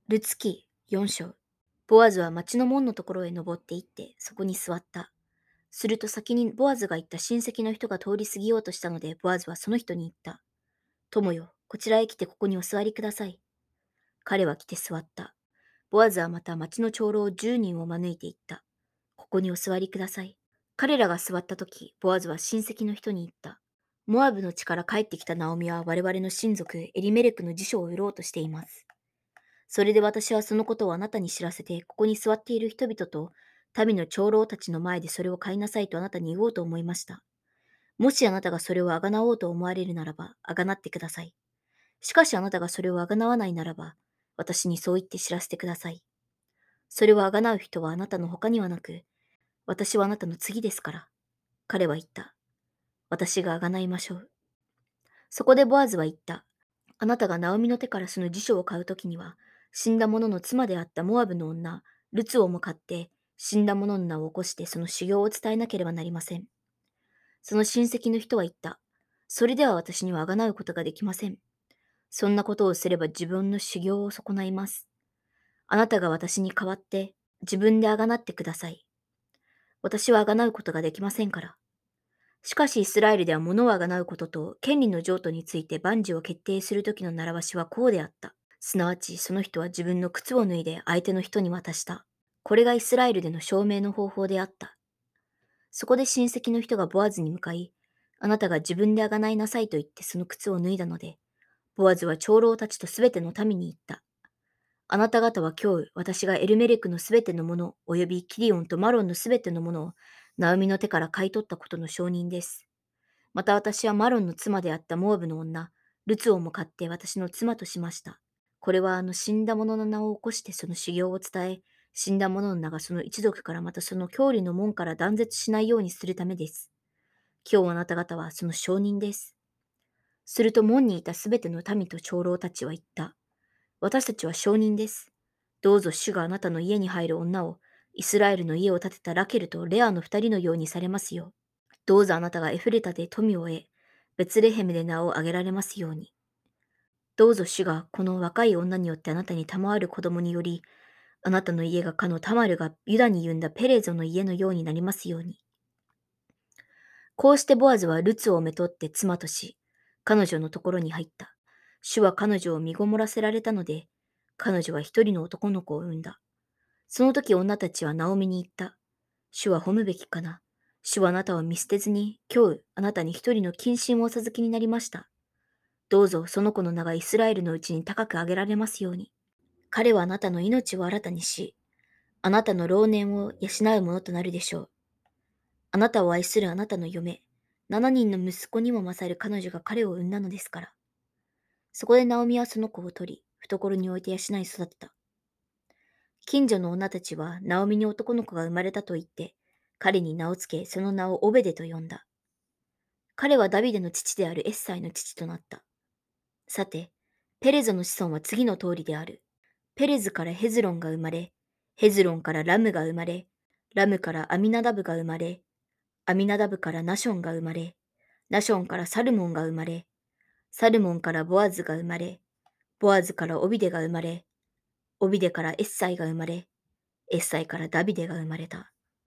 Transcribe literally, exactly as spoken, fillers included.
ルツ記よん章。ボアズは町の門のところへ登って行って、そこに座った。すると先にボアズが言った親戚の人が通り過ぎようとしたので、ボアズはその人に言った。友よ、こちらへ来てここにお座りください。彼は来て座った。ボアズはまた町の長老十人を招いて言った。ここにお座りください。彼らが座ったとき、ボアズは親戚の人に言った。モアブの地から帰ってきたナオミは我々の親族エリメレクの辞書を売ろうとしています。それで私はそのことをあなたに知らせて、ここに座っている人々と民の長老たちの前でそれを買いなさいとあなたに言おうと思いました。もしあなたがそれをあがなおうと思われるならば、あがなってください。しかしあなたがそれをあがなわないならば、私にそう言って知らせてください。それをあがなう人はあなたの他にはなく、私はあなたの次ですから。彼は言った。私があがないましょう。そこでボアズは言った。あなたがナオミの手からその辞書を買うときには、死んだ者の妻であったモアブの女、ルツをも買って、死んだ者の名を起こしてその修行を伝えなければなりません。その親戚の人は言った。それでは私にはあがなうことができません。そんなことをすれば自分の修行を損ないます。あなたが私に代わって自分であがなってください。私はあがなうことができませんから。しかしイスラエルでは物をあがなうことと権利の譲渡について万事を決定するときの習わしはこうであった。すなわちその人は自分の靴を脱いで相手の人に渡した。これがイスラエルでの証明の方法であった。そこで親戚の人がボアズに向かい、あなたが自分であがないなさいと言ってその靴を脱いだので、ボアズは長老たちとすべての民に言った。あなた方は今日、私がエルメレクのすべてのもの、およびキリオンとマロンのすべてのものを、ナオミの手から買い取ったことの証人です。また私はマロンの妻であったモアブの女、ルツをも買って私の妻としました。これはあの死んだ者の名を起こしてその修行を伝え、死んだ者の名がその一族からまたその郷里の門から断絶しないようにするためです。今日あなた方はその証人です。すると門にいたすべての民と長老たちは言った。私たちは証人です。どうぞ主があなたの家に入る女を、イスラエルの家を建てたラケルとレアの二人のようにされますよう。どうぞあなたがエフレタで富を得、ベツレヘムで名を挙げられますように。どうぞ主がこの若い女によってあなたに賜る子供により、あなたの家がかのタマルがユダに言んだペレゾの家のようになりますように。こうしてボアズはルツをめとって妻とし、彼女のところに入った。主は彼女を身ごもらせられたので、彼女は一人の男の子を産んだ。その時女たちはナオミに言った。主は褒むべきかな。主はあなたを見捨てずに、今日あなたに一人の近親をお授けになりました。どうぞその子の名がイスラエルのうちに高く上げられますように。彼はあなたの命を新たにし、あなたの老年を養うものとなるでしょう。あなたを愛するあなたの嫁、七人の息子にも勝る彼女が彼を産んだのですから。そこでナオミはその子を取り、懐に置いて養い育てた。近所の女たちはナオミに男の子が生まれたと言って、彼に名を付け、その名をオベデと呼んだ。彼はダビデの父であるエッサイの父となった。さて、ペレゾの子孫は次の通りである。ペレズからヘズロンが生まれ、ヘズロンからラムが生まれ、ラムからアミナダブが生まれ、アミナダブからナションが生まれ、ナションからサルモンが生まれ、サルモンからボアズが生まれ、ボアズからオビデが生まれ、オビデからエッサイが生まれ、エッサイからダビデが生まれた。